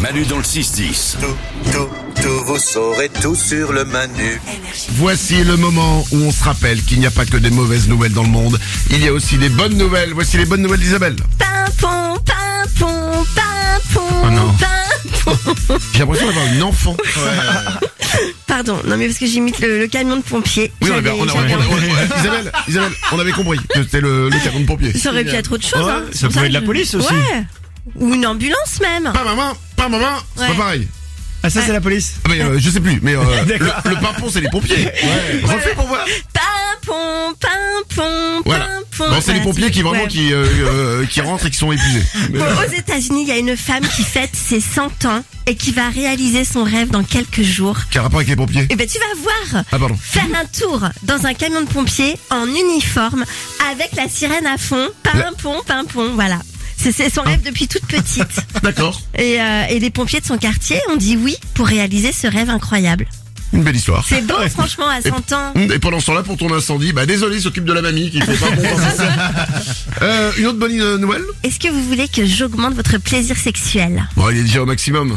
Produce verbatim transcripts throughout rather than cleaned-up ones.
Manu dans le six dix. Tout, tout, tout, vous saurez tout sur le Manu. Voici le moment où on se rappelle qu'il n'y a pas que des mauvaises nouvelles dans le monde. Il y a aussi des bonnes nouvelles. Voici les bonnes nouvelles d'Isabelle. Pimpon, pimpon, pimpon, Oh non. pimpon. J'ai l'impression d'avoir une enfant. Pardon, non mais parce que j'imite le, le camion de pompier. Oui, on avait, on a- on a- J'avais- on a- on a- Isabelle, Isabelle, on avait compris que c'était le, le camion de pompier. Ça aurait pu être autre chose. Ouais, hein. ça C'est pour pouvait que être la je- police aussi. Ouais. Ou une ambulance même. Pas maman, pas maman, c'est Ouais. pas pareil. Ah, ça, c'est la police. Ah, mais euh, je sais plus, mais euh, le, D'accord. le pimpon c'est les pompiers. Refais pour voir. Pimpon, pimpon, Voilà. pimpon. Bon, c'est les Voilà, pompiers tu- qui vraiment ouais. qui euh, euh, qui rentrent et qui sont épuisés. Bon, aux États-Unis, il y a une femme qui fête ses cent ans et qui va réaliser son rêve dans quelques jours. Quel rapport avec les pompiers? Et ben tu vas voir. Ah pardon. Faire un tour dans un camion de pompiers en uniforme avec la sirène à fond. Pimpon, pimpon, voilà. C'est c'est son rêve depuis toute petite. D'accord. Et, euh, et les pompiers de son quartier ont dit oui pour réaliser ce rêve incroyable. Une belle histoire. C'est beau, franchement, à cent ans. Et pendant ce temps-là, pour ton incendie, bah désolé, il s'occupe de la mamie qui fait pas bon temps. euh, Une autre bonne euh, nouvelle? Est-ce que vous voulez que j'augmente votre plaisir sexuel? Bon, il est déjà au maximum.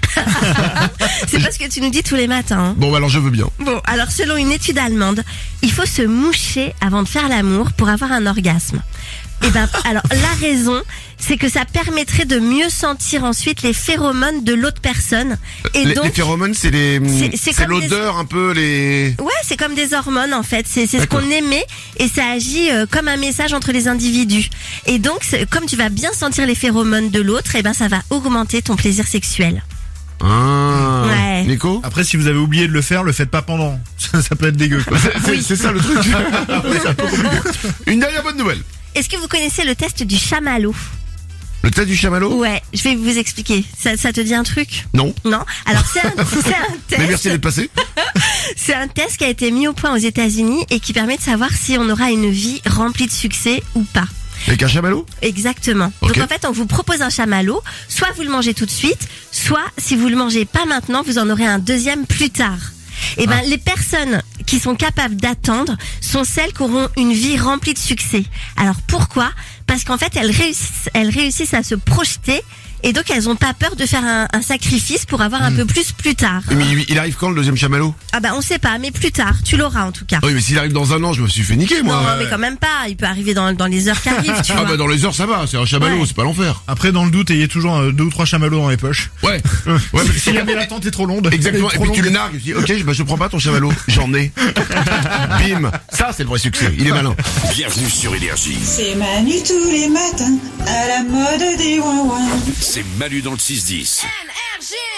C'est pas ce que tu nous dis tous les matins. hein. Bon, bah alors je veux bien. Bon, alors selon une étude allemande, il faut se moucher avant de faire l'amour pour avoir un orgasme. Et ben, alors la raison, c'est que ça permettrait de mieux sentir ensuite les phéromones de l'autre personne. Et Les, donc, les phéromones, c'est les, C'est- c'est c'est comme des- l'odeur un peu les. ouais, c'est comme des hormones en fait. C'est c'est ce D'accord. qu'on émet et ça agit euh, comme un message entre les individus. Et donc, c'est- comme tu vas bien sentir les phéromones de l'autre, et ben ça va augmenter ton plaisir sexuel. Ah. Ouais. Nico. Après, si vous avez oublié de le faire, le faites pas pendant. Ça, ça peut être dégueu, quoi. C'est c'est ça le truc. C'est un peu compliqué. Une dernière bonne nouvelle. Est-ce que vous connaissez le test du chamallow? Le test du chamallow? Ouais, je vais vous expliquer. Ça, ça te dit un truc? Non. Non. Alors c'est un, c'est un Mais test. merci d'être passé. C'est un test qui a été mis au point aux États-Unis et qui permet de savoir si on aura une vie remplie de succès ou pas. Avec un chamallow? Exactement. Ok. Donc en fait, on vous propose un chamallow. Soit vous le mangez tout de suite, soit si vous le mangez pas maintenant, vous en aurez un deuxième plus tard. Et ben, les personnes qui sont capables d'attendre sont celles qui auront une vie remplie de succès. Alors pourquoi? Parce qu'en fait, elles réussissent, elles réussissent à se projeter et donc elles ont pas peur de faire un, un sacrifice pour avoir un peu plus plus tard. Mais il- il arrive quand le deuxième chamallow? Ah bah on sait pas, mais plus tard, tu l'auras en tout cas. Oui, mais s'il arrive dans un an, je me suis fait niquer, moi. Non, mais quand même pas. Il peut arriver dans, dans les heures qui arrivent, tu Ah vois. bah dans les heures ça va, c'est un chamallow, Ouais. c'est pas l'enfer. Après, dans le doute, ayez toujours euh, deux ou trois chamallows dans les poches. Ouais. Ouais, mais Si jamais l'attente est trop longue. exactement. Et trop puis tu longue. le nargues, tu dis ok, bah je prends pas ton chamallow, j'en ai. Bim. Ça c'est le vrai succès. Il est malin. Bienvenue sur Énergie. C'est Manu tous les matins, à la mode des ouin-ouin. C'est Manu dans le six dix. Énergie.